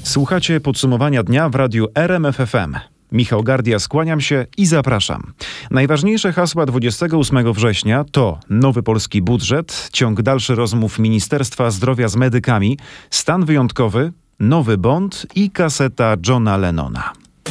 Słuchacie podsumowania dnia w radiu RMF FM. Michał Gardia, skłaniam się i zapraszam. Najważniejsze hasła 28 września to nowy polski budżet, ciąg dalszy rozmów Ministerstwa Zdrowia z medykami, stan wyjątkowy, nowy Bond i kaseta Johna Lennona.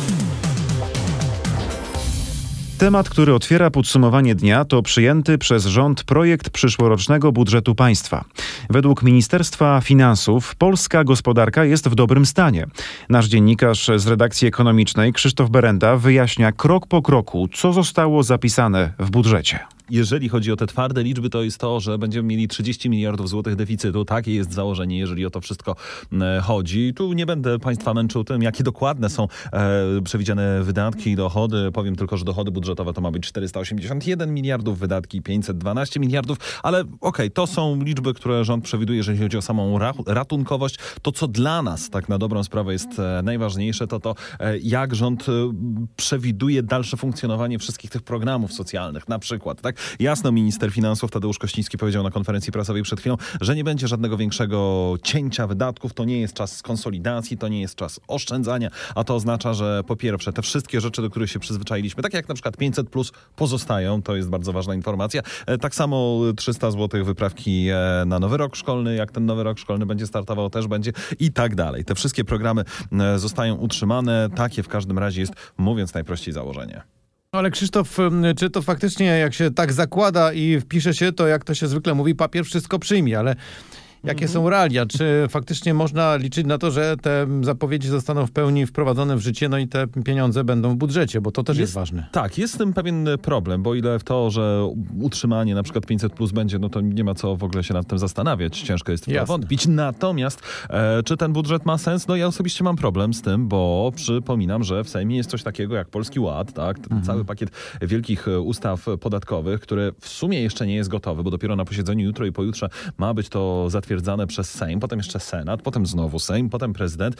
Temat, który otwiera podsumowanie dnia, to przyjęty przez rząd projekt przyszłorocznego budżetu państwa. Według Ministerstwa Finansów polska gospodarka jest w dobrym stanie. Nasz dziennikarz z redakcji ekonomicznej Krzysztof Berenda wyjaśnia krok po kroku, co zostało zapisane w budżecie. Jeżeli chodzi o te twarde liczby, to jest to, że będziemy mieli 30 miliardów złotych deficytu. Takie jest założenie, jeżeli o to wszystko chodzi. Tu nie będę Państwa męczył tym, jakie dokładne są przewidziane wydatki i dochody. Powiem tylko, że dochody budżetowe to ma być 481 miliardów, wydatki 512 miliardów, ale okej, to są liczby, które rząd przewiduje, jeżeli chodzi o samą ratunkowość. To, co dla nas tak na dobrą sprawę jest najważniejsze, to jak rząd przewiduje dalsze funkcjonowanie wszystkich tych programów socjalnych, na przykład, tak? Jasno, minister finansów Tadeusz Kościński powiedział na konferencji prasowej przed chwilą, że nie będzie żadnego większego cięcia wydatków, to nie jest czas konsolidacji, to nie jest czas oszczędzania, a to oznacza, że po pierwsze te wszystkie rzeczy, do których się przyzwyczailiśmy, tak jak na przykład 500+, pozostają, to jest bardzo ważna informacja. Tak samo 300 zł wyprawki na nowy rok szkolny, jak ten nowy rok szkolny będzie startował, też będzie i tak dalej. Te wszystkie programy zostają utrzymane, takie w każdym razie jest, mówiąc najprościej, założenie. Ale Krzysztof, czy to faktycznie jak się tak zakłada i wpisze się, to jak to się zwykle mówi, papier wszystko przyjmie, ale jakie są realia? Czy faktycznie można liczyć na to, że te zapowiedzi zostaną w pełni wprowadzone w życie, no i te pieniądze będą w budżecie, bo to też jest ważne. Tak, jest z tym pewien problem, bo ile w to, że utrzymanie na przykład 500+ będzie, no to nie ma co w ogóle się nad tym zastanawiać. Ciężko jest w to wątpić. Natomiast czy ten budżet ma sens? No ja osobiście mam problem z tym, bo przypominam, że w Sejmie jest coś takiego jak Polski Ład, tak? Cały pakiet wielkich ustaw podatkowych, który w sumie jeszcze nie jest gotowy, bo dopiero na posiedzeniu jutro i pojutrze ma być to zatwierdzone przez Sejm, potem jeszcze Senat, potem znowu Sejm, potem prezydent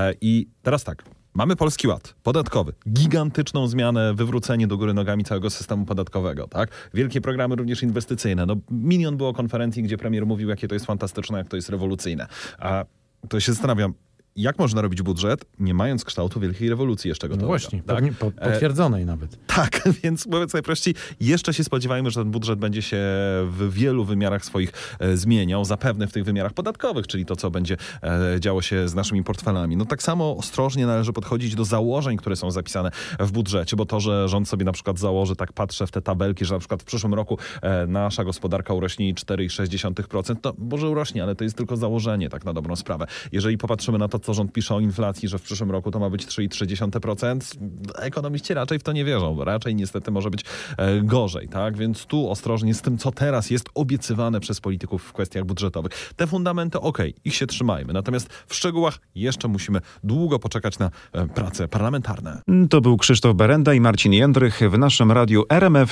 i teraz tak. Mamy Polski Ład podatkowy, gigantyczną zmianę, wywrócenie do góry nogami całego systemu podatkowego, tak? Wielkie programy również inwestycyjne. No, milion było konferencji, gdzie premier mówił, jakie to jest fantastyczne, jak to jest rewolucyjne. A to się zastanawiam, jak można robić budżet, nie mając kształtu wielkiej rewolucji jeszcze gotowego? No właśnie, tak? potwierdzonej nawet. Tak, więc mówiąc najprościej, jeszcze się spodziewajmy, że ten budżet będzie się w wielu wymiarach swoich zmieniał, zapewne w tych wymiarach podatkowych, czyli to, co będzie działo się z naszymi portfelami. No tak samo ostrożnie należy podchodzić do założeń, które są zapisane w budżecie, bo to, że rząd sobie na przykład założy, tak patrzę w te tabelki, że na przykład w przyszłym roku nasza gospodarka urośnie 4,6%, to może urośnie, ale to jest tylko założenie, tak na dobrą sprawę. Jeżeli popatrzymy na to, co rząd pisze o inflacji, że w przyszłym roku to ma być 3,3%, ekonomiści raczej w to nie wierzą. Raczej niestety może być gorzej, tak? Więc tu ostrożnie z tym, co teraz jest obiecywane przez polityków w kwestiach budżetowych. Te fundamenty, ich się trzymajmy. Natomiast w szczegółach jeszcze musimy długo poczekać na prace parlamentarne. To był Krzysztof Berenda i Marcin Jędrych w naszym radiu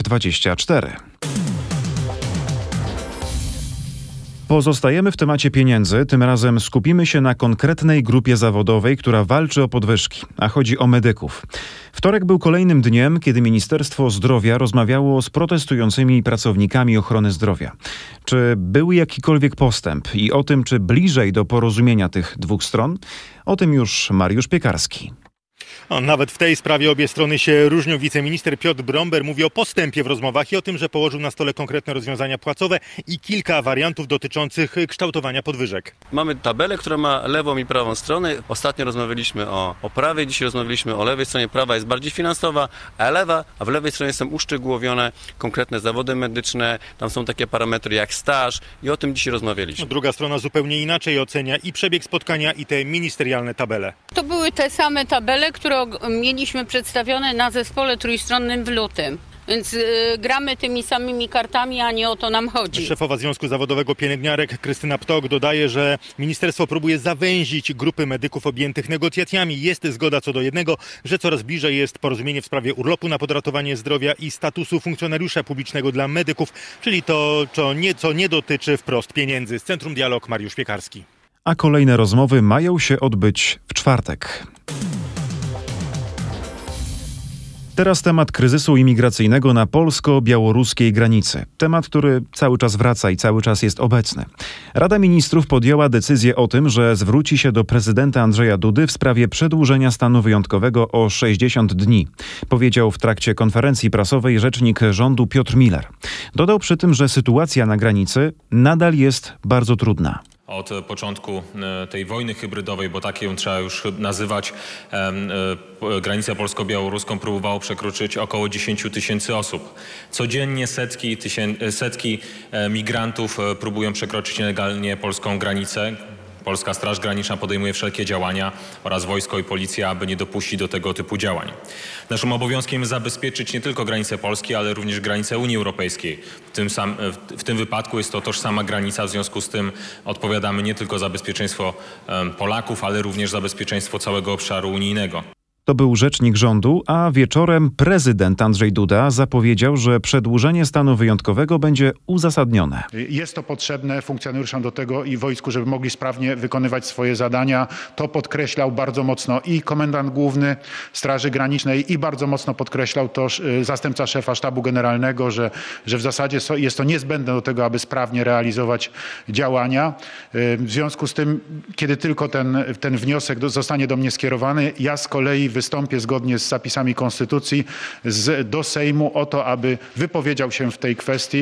RMF24. Pozostajemy w temacie pieniędzy, tym razem skupimy się na konkretnej grupie zawodowej, która walczy o podwyżki, a chodzi o medyków. Wtorek był kolejnym dniem, kiedy Ministerstwo Zdrowia rozmawiało z protestującymi pracownikami ochrony zdrowia. Czy był jakikolwiek postęp i o tym, czy bliżej do porozumienia tych dwóch stron? O tym już Mariusz Piekarski. Nawet w tej sprawie obie strony się różnią. Wiceminister Piotr Bromber mówi o postępie w rozmowach i o tym, że położył na stole konkretne rozwiązania płacowe i kilka wariantów dotyczących kształtowania podwyżek. Mamy tabelę, która ma lewą i prawą stronę. Ostatnio rozmawialiśmy o prawej, dzisiaj rozmawialiśmy o lewej stronie. Prawa jest bardziej finansowa, a w lewej stronie są uszczegółowione konkretne zawody medyczne. Tam są takie parametry jak staż i o tym dzisiaj rozmawialiśmy. Druga strona zupełnie inaczej ocenia i przebieg spotkania, i te ministerialne tabele. To były te same tabele, które mieliśmy przedstawione na zespole trójstronnym w lutym. Więc gramy tymi samymi kartami, a nie o to nam chodzi. Szefowa Związku Zawodowego Pielęgniarek Krystyna Ptok dodaje, że ministerstwo próbuje zawęzić grupy medyków objętych negocjacjami. Jest zgoda co do jednego, że coraz bliżej jest porozumienie w sprawie urlopu na podratowanie zdrowia i statusu funkcjonariusza publicznego dla medyków, czyli to, co nie dotyczy wprost pieniędzy. Z Centrum Dialog Mariusz Piekarski. A kolejne rozmowy mają się odbyć w czwartek. Teraz temat kryzysu imigracyjnego na polsko-białoruskiej granicy. Temat, który cały czas wraca i cały czas jest obecny. Rada Ministrów podjęła decyzję o tym, że zwróci się do prezydenta Andrzeja Dudy w sprawie przedłużenia stanu wyjątkowego o 60 dni. Powiedział w trakcie konferencji prasowej rzecznik rządu Piotr Miller. Dodał przy tym, że sytuacja na granicy nadal jest bardzo trudna. Od początku tej wojny hybrydowej, bo tak ją trzeba już nazywać, granicę polsko-białoruską próbowało przekroczyć około 10 000 osób. Codziennie setki migrantów próbują przekroczyć nielegalnie polską granicę. Polska Straż Graniczna podejmuje wszelkie działania oraz wojsko i policja, aby nie dopuścić do tego typu działań. Naszym obowiązkiem jest zabezpieczyć nie tylko granicę Polski, ale również granicę Unii Europejskiej. W tym wypadku jest to tożsama granica, w związku z tym odpowiadamy nie tylko za bezpieczeństwo Polaków, ale również za bezpieczeństwo całego obszaru unijnego. To był rzecznik rządu, a wieczorem prezydent Andrzej Duda zapowiedział, że przedłużenie stanu wyjątkowego będzie uzasadnione. Jest to potrzebne funkcjonariuszom do tego i wojsku, żeby mogli sprawnie wykonywać swoje zadania. To podkreślał bardzo mocno i komendant główny Straży Granicznej i bardzo mocno podkreślał to zastępca szefa Sztabu Generalnego, że w zasadzie jest to niezbędne do tego, aby sprawnie realizować działania. W związku z tym, kiedy tylko ten wniosek zostanie do mnie skierowany, ja z kolei wystąpię zgodnie z zapisami Konstytucji do Sejmu o to, aby wypowiedział się w tej kwestii,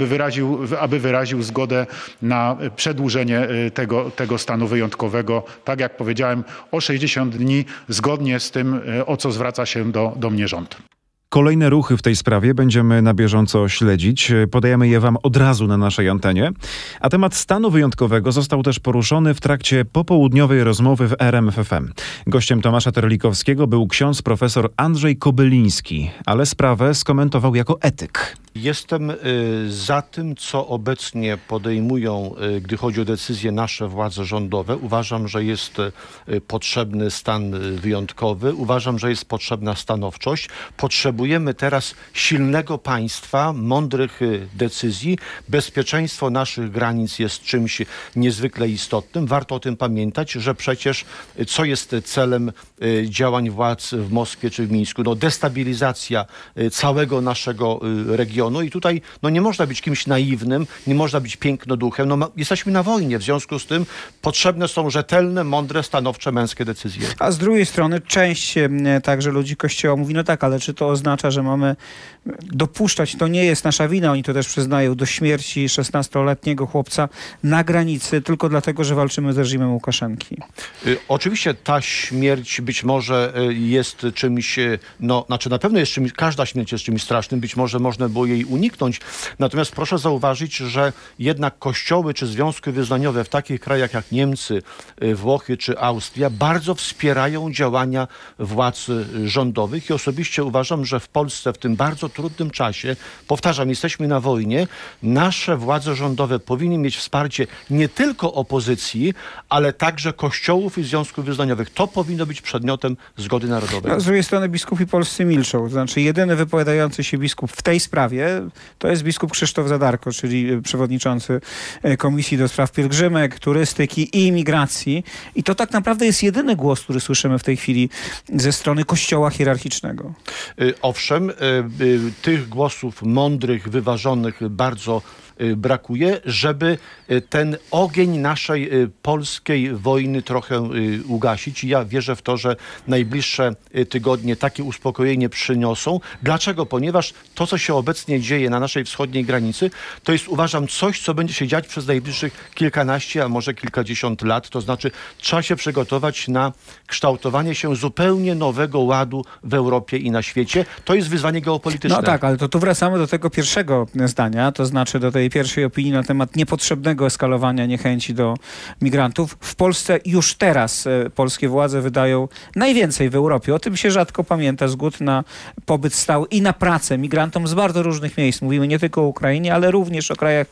aby wyraził zgodę na przedłużenie tego stanu wyjątkowego, tak jak powiedziałem, o 60 dni, zgodnie z tym, o co zwraca się do mnie rząd. Kolejne ruchy w tej sprawie będziemy na bieżąco śledzić. Podajemy je wam od razu na naszej antenie. A temat stanu wyjątkowego został też poruszony w trakcie popołudniowej rozmowy w RMF FM. Gościem Tomasza Terlikowskiego był ksiądz profesor Andrzej Kobyliński, ale sprawę skomentował jako etyk. Jestem za tym, co obecnie podejmują, gdy chodzi o decyzje nasze władze rządowe. Uważam, że jest potrzebny stan wyjątkowy. Uważam, że jest potrzebna stanowczość. Potrzebujemy teraz silnego państwa, mądrych decyzji. Bezpieczeństwo naszych granic jest czymś niezwykle istotnym. Warto o tym pamiętać, że przecież co jest celem działań władz w Moskwie czy w Mińsku? No, destabilizacja całego naszego regionu. I tutaj nie można być kimś naiwnym, nie można być pięknoduchem. Jesteśmy na wojnie, w związku z tym potrzebne są rzetelne, mądre, stanowcze, męskie decyzje. A z drugiej strony część także ludzi Kościoła mówi, no tak, ale czy to oznacza, że mamy dopuszczać, to nie jest nasza wina, oni to też przyznają, do śmierci 16-letniego chłopca na granicy tylko dlatego, że walczymy z reżimem Łukaszenki? Oczywiście ta śmierć być może jest czymś, na pewno jest czymś, każda śmierć jest czymś strasznym, być może można było jej uniknąć. Natomiast proszę zauważyć, że jednak kościoły czy związki wyznaniowe w takich krajach jak Niemcy, Włochy czy Austria bardzo wspierają działania władz rządowych i osobiście uważam, że w Polsce w tym bardzo trudnym czasie, powtarzam, jesteśmy na wojnie, nasze władze rządowe powinny mieć wsparcie nie tylko opozycji, ale także kościołów i związków wyznaniowych. To powinno być przedmiotem zgody narodowej. Z drugiej strony biskupi polscy milczą. To znaczy jedyny wypowiadający się biskup w tej sprawie to jest biskup Krzysztof Zadarko, czyli przewodniczący Komisji do Spraw Pielgrzymek, Turystyki i Imigracji. I to tak naprawdę jest jedyny głos, który słyszymy w tej chwili ze strony Kościoła hierarchicznego. Owszem, tych głosów mądrych, wyważonych bardzo brakuje, żeby ten ogień naszej polskiej wojny trochę ugasić. I ja wierzę w to, że najbliższe tygodnie takie uspokojenie przyniosą. Dlaczego? Ponieważ to, co się obecnie dzieje na naszej wschodniej granicy, to jest, uważam, coś, co będzie się dziać przez najbliższych kilkanaście, a może kilkadziesiąt lat. To znaczy trzeba się przygotować na kształtowanie się zupełnie nowego ładu w Europie i na świecie. To jest wyzwanie geopolityczne. No tak, ale to tu wracamy do tego pierwszego zdania, to znaczy do tej pierwszej opinii na temat niepotrzebnego eskalowania niechęci do migrantów. W Polsce już teraz polskie władze wydają najwięcej w Europie. O tym się rzadko pamięta. Zgód na pobyt stały i na pracę migrantom z bardzo różnych miejsc. Mówimy nie tylko o Ukrainie, ale również o krajach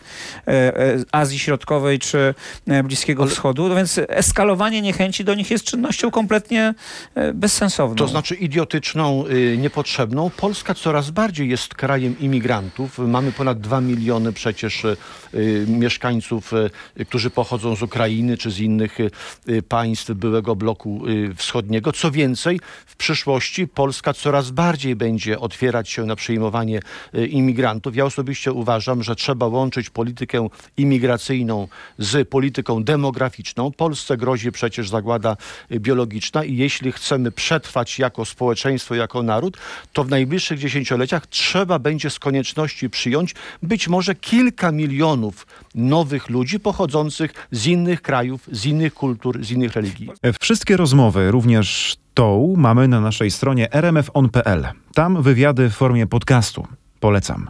Azji Środkowej czy Bliskiego Wschodu. No więc eskalowanie niechęci do nich jest czynnością kompletnie bezsensowną. To znaczy idiotyczną, niepotrzebną. Polska coraz bardziej jest krajem imigrantów. Mamy ponad 2 miliony przecież przecież mieszkańców, którzy pochodzą z Ukrainy czy z innych państw byłego bloku wschodniego. Co więcej, w przyszłości Polska coraz bardziej będzie otwierać się na przyjmowanie imigrantów. Ja osobiście uważam, że trzeba łączyć politykę imigracyjną z polityką demograficzną. Polsce grozi przecież zagłada biologiczna i jeśli chcemy przetrwać jako społeczeństwo, jako naród, to w najbliższych dziesięcioleciach trzeba będzie z konieczności przyjąć być może kilka milionów nowych ludzi pochodzących z innych krajów, z innych kultur, z innych religii. Wszystkie rozmowy, również tą, mamy na naszej stronie rmfon.pl. Tam wywiady w formie podcastu. Polecam.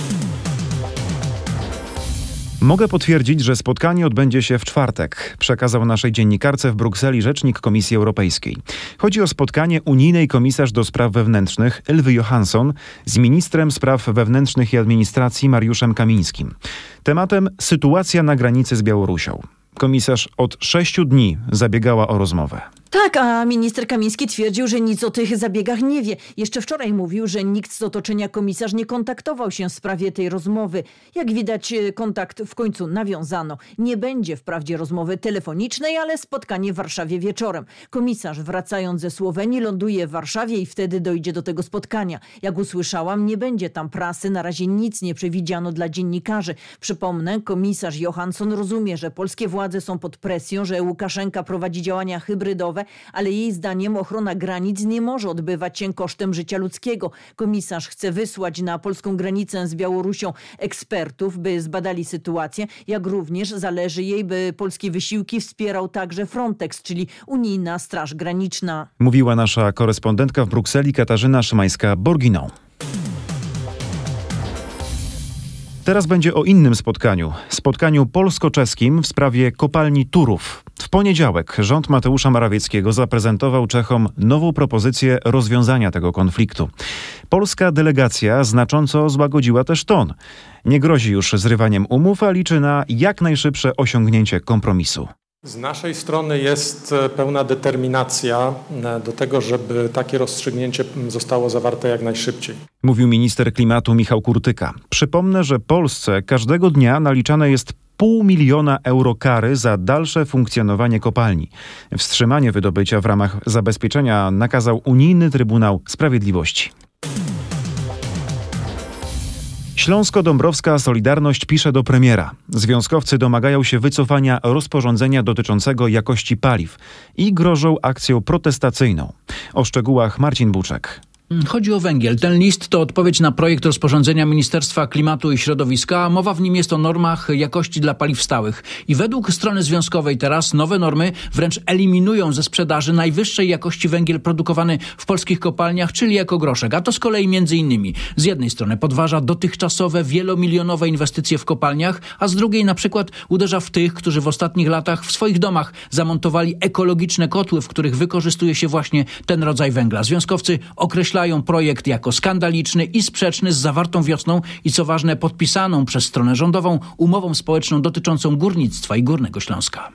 Mogę potwierdzić, że spotkanie odbędzie się w czwartek, przekazał naszej dziennikarce w Brukseli rzecznik Komisji Europejskiej. Chodzi o spotkanie unijnej komisarz do spraw wewnętrznych Ylwy Johansson z ministrem spraw wewnętrznych i administracji Mariuszem Kamińskim. Tematem sytuacja na granicy z Białorusią. Komisarz od 6 dni zabiegała o rozmowę. Tak, a minister Kamiński twierdził, że nic o tych zabiegach nie wie. Jeszcze wczoraj mówił, że nikt z otoczenia komisarz nie kontaktował się w sprawie tej rozmowy. Jak widać, kontakt w końcu nawiązano. Nie będzie wprawdzie rozmowy telefonicznej, ale spotkanie w Warszawie wieczorem. Komisarz, wracając ze Słowenii, ląduje w Warszawie i wtedy dojdzie do tego spotkania. Jak usłyszałam, nie będzie tam prasy. Na razie nic nie przewidziano dla dziennikarzy. Przypomnę, komisarz Johansson rozumie, że polskie władze są pod presją, że Łukaszenka prowadzi działania hybrydowe, ale jej zdaniem ochrona granic nie może odbywać się kosztem życia ludzkiego. Komisarz chce wysłać na polską granicę z Białorusią ekspertów, by zbadali sytuację, jak również zależy jej, by polskie wysiłki wspierał także Frontex, czyli Unijna Straż Graniczna. Mówiła nasza korespondentka w Brukseli Katarzyna Szymańska-Borginą. Teraz będzie o innym spotkaniu polsko-czeskim w sprawie kopalni Turów. W poniedziałek rząd Mateusza Morawieckiego zaprezentował Czechom nową propozycję rozwiązania tego konfliktu. Polska delegacja znacząco złagodziła też ton. Nie grozi już zrywaniem umów, a liczy na jak najszybsze osiągnięcie kompromisu. Z naszej strony jest pełna determinacja do tego, żeby takie rozstrzygnięcie zostało zawarte jak najszybciej. Mówił minister klimatu Michał Kurtyka. Przypomnę, że Polsce każdego dnia naliczane jest 500 000 euro kary za dalsze funkcjonowanie kopalni. Wstrzymanie wydobycia w ramach zabezpieczenia nakazał Unijny Trybunał Sprawiedliwości. Śląsko-Dąbrowska Solidarność pisze do premiera. Związkowcy domagają się wycofania rozporządzenia dotyczącego jakości paliw i grożą akcją protestacyjną. O szczegółach Marcin Buczek. Chodzi o węgiel. Ten list to odpowiedź na projekt rozporządzenia Ministerstwa Klimatu i Środowiska, a mowa w nim jest o normach jakości dla paliw stałych. I według strony związkowej teraz nowe normy wręcz eliminują ze sprzedaży najwyższej jakości węgiel produkowany w polskich kopalniach, czyli jako groszek. A to z kolei między innymi z jednej strony podważa dotychczasowe wielomilionowe inwestycje w kopalniach, a z drugiej na przykład uderza w tych, którzy w ostatnich latach w swoich domach zamontowali ekologiczne kotły, w których wykorzystuje się właśnie ten rodzaj węgla. Związkowcy określają projekt jako skandaliczny i sprzeczny z zawartą wiosną i co ważne podpisaną przez stronę rządową umową społeczną dotyczącą górnictwa i Górnego Śląska.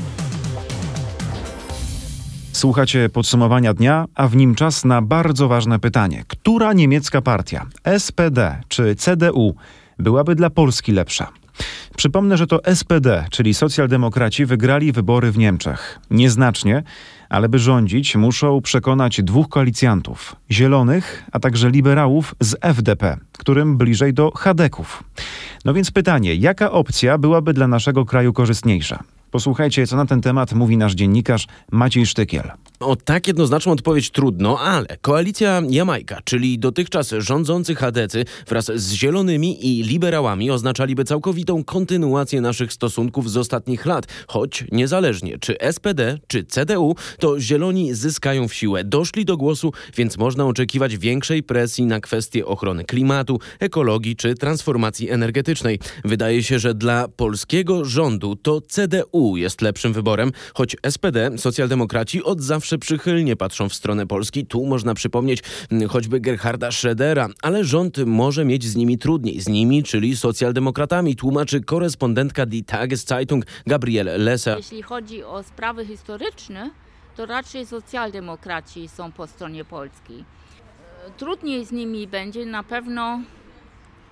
Słuchacie podsumowania dnia, a w nim czas na bardzo ważne pytanie. Która niemiecka partia, SPD czy CDU, byłaby dla Polski lepsza? Przypomnę, że to SPD, czyli socjaldemokraci, wygrali wybory w Niemczech. Nieznacznie, ale by rządzić, muszą przekonać 2 koalicjantów. Zielonych, a także liberałów z FDP, którym bliżej do chadeków. No więc pytanie, jaka opcja byłaby dla naszego kraju korzystniejsza? Posłuchajcie, co na ten temat mówi nasz dziennikarz Maciej Sztykiel. O tak jednoznaczną odpowiedź trudno, ale koalicja Jamajka, czyli dotychczas rządzący chadecy wraz z zielonymi i liberałami oznaczaliby całkowitą kontynuację naszych stosunków z ostatnich lat. Choć niezależnie czy SPD, czy CDU, to zieloni zyskają w siłę. Doszli do głosu, więc można oczekiwać większej presji na kwestie ochrony klimatu, ekologii czy transformacji energetycznej. Wydaje się, że dla polskiego rządu to CDU jest lepszym wyborem, choć SPD, socjaldemokraci od zawsze przychylnie patrzą w stronę Polski. Tu można przypomnieć choćby Gerharda Schrödera, ale rząd może mieć z nimi trudniej. Z nimi, czyli socjaldemokratami, tłumaczy korespondentka Die Tageszeitung Gabriele Lesser. Jeśli chodzi o sprawy historyczne, to raczej socjaldemokraci są po stronie Polski. Trudniej z nimi będzie na pewno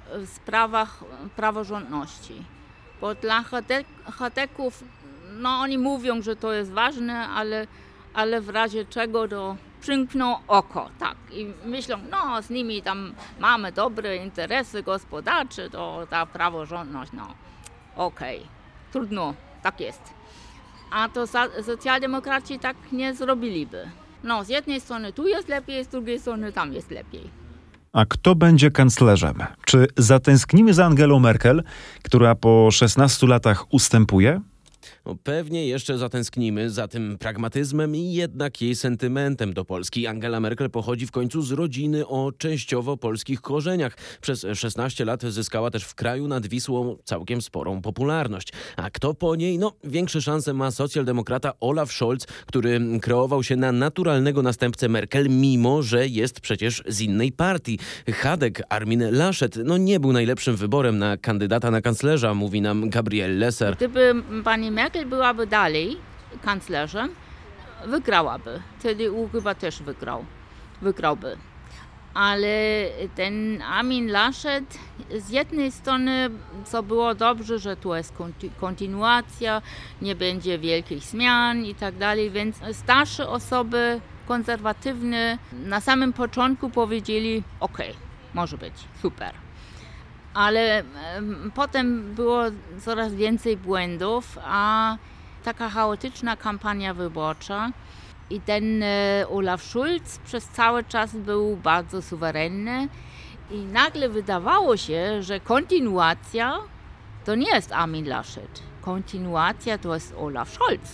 w sprawach praworządności. Bo dla chadeków, oni mówią, że to jest ważne, ale w razie czego to przymkną oko, tak. I myślą, z nimi tam mamy dobre interesy gospodarcze, to ta praworządność, okej, trudno, tak jest. A to socjaldemokraci tak nie zrobiliby. Z jednej strony tu jest lepiej, z drugiej strony tam jest lepiej. A kto będzie kanclerzem? Czy zatęsknimy za Angelą Merkel, która po 16 latach ustępuje? Pewnie jeszcze zatęsknimy za tym pragmatyzmem i jednak jej sentymentem do Polski. Angela Merkel pochodzi w końcu z rodziny o częściowo polskich korzeniach. Przez 16 lat zyskała też w kraju nad Wisłą całkiem sporą popularność. A kto po niej? Większe szanse ma socjaldemokrata Olaf Scholz, który kreował się na naturalnego następcę Merkel, mimo że jest przecież z innej partii. Chadek Armin Laschet nie był najlepszym wyborem na kandydata na kanclerza, mówi nam Gabriel Lesser. Gdyby pani Merkel byłaby dalej kanclerzem, wygrałaby. CDU chyba też wygrałby. Ale ten Armin Laschet z jednej strony, co było dobrze, że tu jest kontynuacja, nie będzie wielkich zmian i tak dalej, więc starsze osoby konserwatywne na samym początku powiedzieli, może być, super. Ale potem było coraz więcej błędów, a taka chaotyczna kampania wyborcza i ten Olaf Scholz przez cały czas był bardzo suwerenny i nagle wydawało się, że kontynuacja to nie jest Armin Laschet, kontynuacja to jest Olaf Scholz.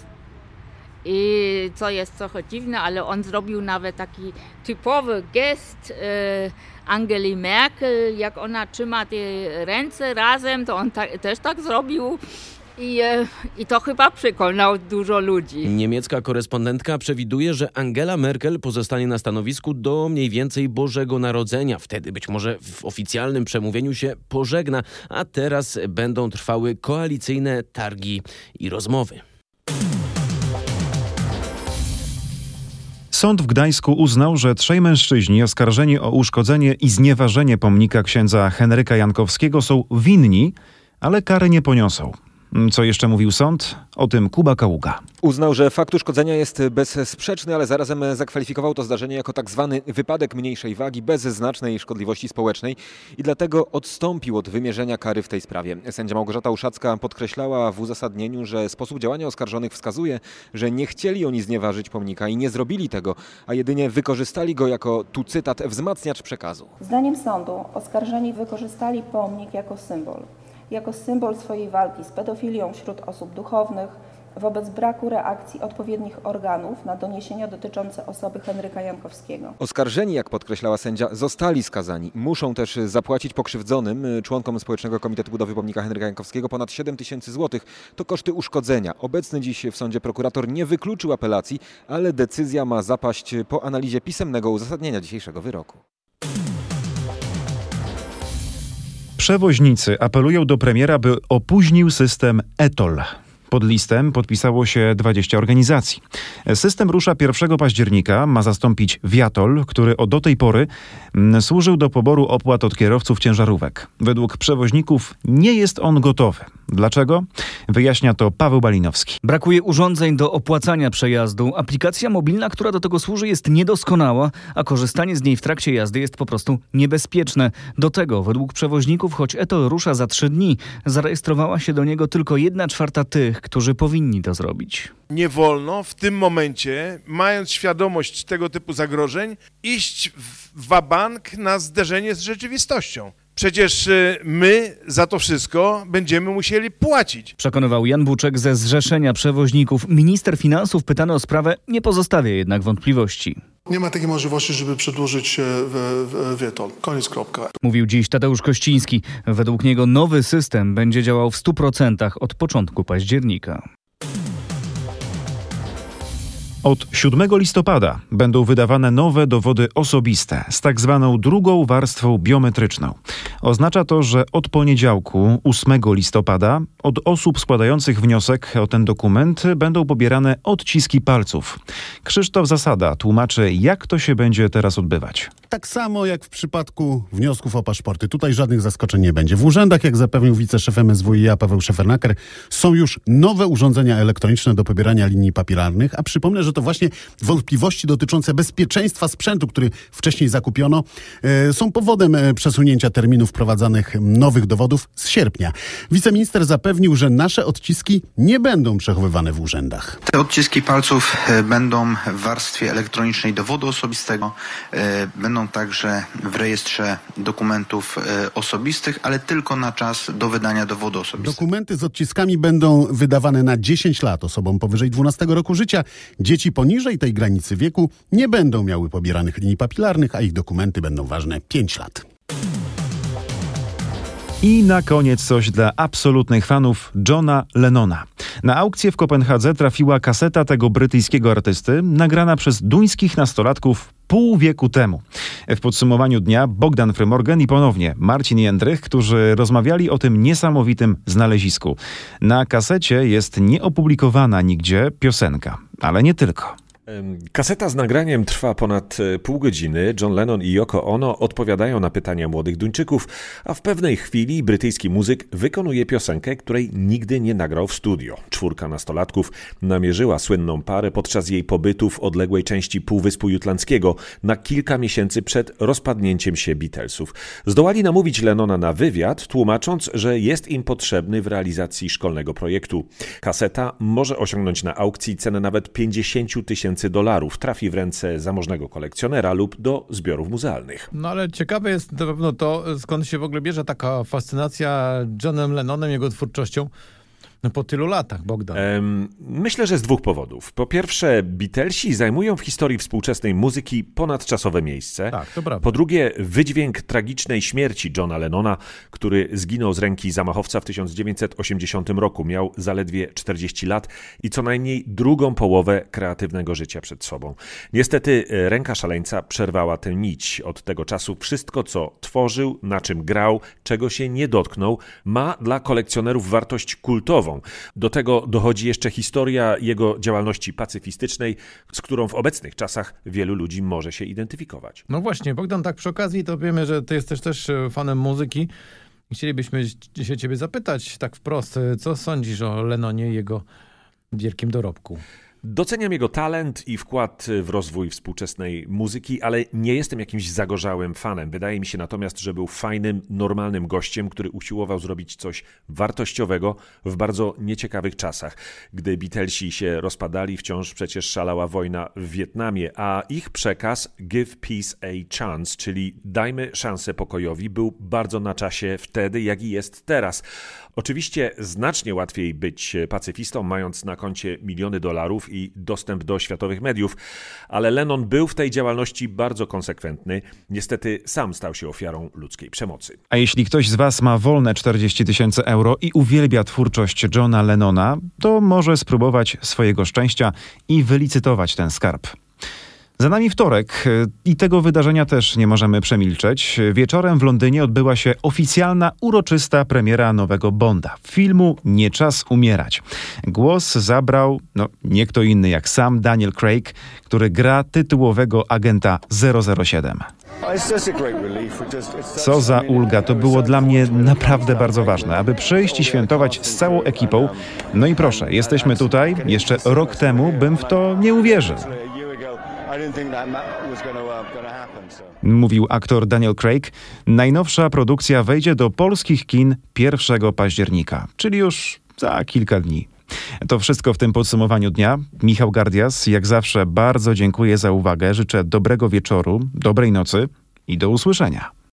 I co jest trochę dziwne, ale on zrobił nawet taki typowy gest Angeli Merkel, jak ona trzyma te ręce razem, to on też tak zrobił. I to chyba przekonał dużo ludzi. Niemiecka korespondentka przewiduje, że Angela Merkel pozostanie na stanowisku do mniej więcej Bożego Narodzenia. Wtedy być może w oficjalnym przemówieniu się pożegna, a teraz będą trwały koalicyjne targi i rozmowy. Sąd w Gdańsku uznał, że 3 mężczyźni oskarżeni o uszkodzenie i znieważenie pomnika księdza Henryka Jankowskiego są winni, ale kary nie poniosą. Co jeszcze mówił sąd? O tym Kuba Kaługa. Uznał, że fakt uszkodzenia jest bezsprzeczny, ale zarazem zakwalifikował to zdarzenie jako tak zwany wypadek mniejszej wagi bez znacznej szkodliwości społecznej i dlatego odstąpił od wymierzenia kary w tej sprawie. Sędzia Małgorzata Uszacka podkreślała w uzasadnieniu, że sposób działania oskarżonych wskazuje, że nie chcieli oni znieważyć pomnika i nie zrobili tego, a jedynie wykorzystali go jako, tu cytat, wzmacniacz przekazu. Zdaniem sądu oskarżeni wykorzystali pomnik jako symbol swojej walki z pedofilią wśród osób duchownych wobec braku reakcji odpowiednich organów na doniesienia dotyczące osoby Henryka Jankowskiego. Oskarżeni, jak podkreślała sędzia, zostali skazani. Muszą też zapłacić pokrzywdzonym, członkom Społecznego Komitetu Budowy Pomnika Henryka Jankowskiego ponad 7 000 złotych. To koszty uszkodzenia. Obecny dziś w sądzie prokurator nie wykluczył apelacji, ale decyzja ma zapaść po analizie pisemnego uzasadnienia dzisiejszego wyroku. Przewoźnicy apelują do premiera, by opóźnił system e-TOLL. Pod listem podpisało się 20 organizacji. System rusza 1 października, ma zastąpić viaTOLL, który do tej pory służył do poboru opłat od kierowców ciężarówek. Według przewoźników nie jest on gotowy. Dlaczego? Wyjaśnia to Paweł Balinowski. Brakuje urządzeń do opłacania przejazdu. Aplikacja mobilna, która do tego służy, jest niedoskonała, a korzystanie z niej w trakcie jazdy jest po prostu niebezpieczne. Do tego, według przewoźników, choć e-TOLL rusza za 3 dni, zarejestrowała się do niego tylko 1/4 tych, którzy powinni to zrobić. Nie wolno w tym momencie, mając świadomość tego typu zagrożeń, iść w wabank na zderzenie z rzeczywistością. Przecież my za to wszystko będziemy musieli płacić. Przekonywał Jan Buczek ze Zrzeszenia Przewoźników. Minister finansów, pytany o sprawę, nie pozostawia jednak wątpliwości. Nie ma takiej możliwości, żeby przedłużyć viaTOLL. Koniec, kropka. Mówił dziś Tadeusz Kościński. Według niego nowy system będzie działał w 100% od początku października. Od 7 listopada będą wydawane nowe dowody osobiste z tak zwaną drugą warstwą biometryczną. Oznacza to, że od poniedziałku, 8 listopada, od osób składających wniosek o ten dokument będą pobierane odciski palców. Krzysztof Zasada tłumaczy, jak to się będzie teraz odbywać. Tak samo jak w przypadku wniosków o paszporty. Tutaj żadnych zaskoczeń nie będzie. W urzędach, jak zapewnił wiceszef MSWiA Paweł Szefernaker, są już nowe urządzenia elektroniczne do pobierania linii papilarnych, a przypomnę, że to właśnie wątpliwości dotyczące bezpieczeństwa sprzętu, który wcześniej zakupiono, są powodem przesunięcia terminów wprowadzanych nowych dowodów z sierpnia. Wiceminister zapewnił, że nasze odciski nie będą przechowywane w urzędach. Te odciski palców będą w warstwie elektronicznej dowodu osobistego, będą także w rejestrze dokumentów osobistych, ale tylko na czas do wydania dowodu osobistego. Dokumenty z odciskami będą wydawane na 10 lat osobom powyżej 12 roku życia. Dzieci poniżej tej granicy wieku nie będą miały pobieranych linii papilarnych, a ich dokumenty będą ważne 5 lat. I na koniec coś dla absolutnych fanów Johna Lennona. Na aukcję w Kopenhadze trafiła kaseta tego brytyjskiego artysty, nagrana przez duńskich nastolatków pół wieku temu. W podsumowaniu dnia Bogdan Frymorgan i ponownie Marcin Jędrych, którzy rozmawiali o tym niesamowitym znalezisku. Na kasecie jest nieopublikowana nigdzie piosenka, ale nie tylko. Kaseta z nagraniem trwa ponad pół godziny. John Lennon i Yoko Ono odpowiadają na pytania młodych Duńczyków, a w pewnej chwili brytyjski muzyk wykonuje piosenkę, której nigdy nie nagrał w studio. 4 nastolatków namierzyła słynną parę podczas jej pobytu w odległej części Półwyspu Jutlandzkiego na kilka miesięcy przed rozpadnięciem się Beatlesów. Zdołali namówić Lennona na wywiad, tłumacząc, że jest im potrzebny w realizacji szkolnego projektu. Kaseta może osiągnąć na aukcji cenę nawet $50,000. Trafi w ręce zamożnego kolekcjonera lub do zbiorów muzealnych. No ale ciekawe jest na pewno to, skąd się w ogóle bierze taka fascynacja Johnem Lennonem, jego twórczością po tylu latach, Bogdan. Myślę, że z 2 powodów. Po pierwsze, Beatlesi zajmują w historii współczesnej muzyki ponadczasowe miejsce. Tak, to prawda. Po drugie, wydźwięk tragicznej śmierci Johna Lennona, który zginął z ręki zamachowca w 1980 roku. Miał zaledwie 40 lat i co najmniej drugą połowę kreatywnego życia przed sobą. Niestety ręka szaleńca przerwała tę nić. Od tego czasu wszystko, co tworzył, na czym grał, czego się nie dotknął, ma dla kolekcjonerów wartość kultową. Do tego dochodzi jeszcze historia jego działalności pacyfistycznej, z którą w obecnych czasach wielu ludzi może się identyfikować. No właśnie, Bogdan, tak przy okazji to wiemy, że ty jesteś też fanem muzyki. Chcielibyśmy się ciebie zapytać tak wprost, co sądzisz o Lennonie i jego wielkim dorobku? Doceniam jego talent i wkład w rozwój współczesnej muzyki, ale nie jestem jakimś zagorzałym fanem. Wydaje mi się natomiast, że był fajnym, normalnym gościem, który usiłował zrobić coś wartościowego w bardzo nieciekawych czasach. Gdy Beatlesi się rozpadali, wciąż przecież szalała wojna w Wietnamie, a ich przekaz Give Peace a Chance, czyli dajmy szansę pokojowi, był bardzo na czasie wtedy, jak i jest teraz. Oczywiście znacznie łatwiej być pacyfistą, mając na koncie miliony dolarów i dostęp do światowych mediów, ale Lennon był w tej działalności bardzo konsekwentny. Niestety sam stał się ofiarą ludzkiej przemocy. A jeśli ktoś z was ma wolne 40,000 euro i uwielbia twórczość Johna Lennona, to może spróbować swojego szczęścia i wylicytować ten skarb. Za nami wtorek i tego wydarzenia też nie możemy przemilczeć. Wieczorem w Londynie odbyła się oficjalna, uroczysta premiera nowego Bonda, filmu Nie czas umierać. Głos zabrał nie kto inny jak sam Daniel Craig, który gra tytułowego agenta 007. Co za ulga, to było dla mnie naprawdę bardzo ważne, aby przyjść i świętować z całą ekipą. No i proszę, jesteśmy tutaj, jeszcze rok temu bym w to nie uwierzył. Mówił aktor Daniel Craig. Najnowsza produkcja wejdzie do polskich kin 1 października, czyli już za kilka dni. To wszystko w tym podsumowaniu dnia. Michał Gardias, jak zawsze bardzo dziękuję za uwagę. Życzę dobrego wieczoru, dobrej nocy i do usłyszenia.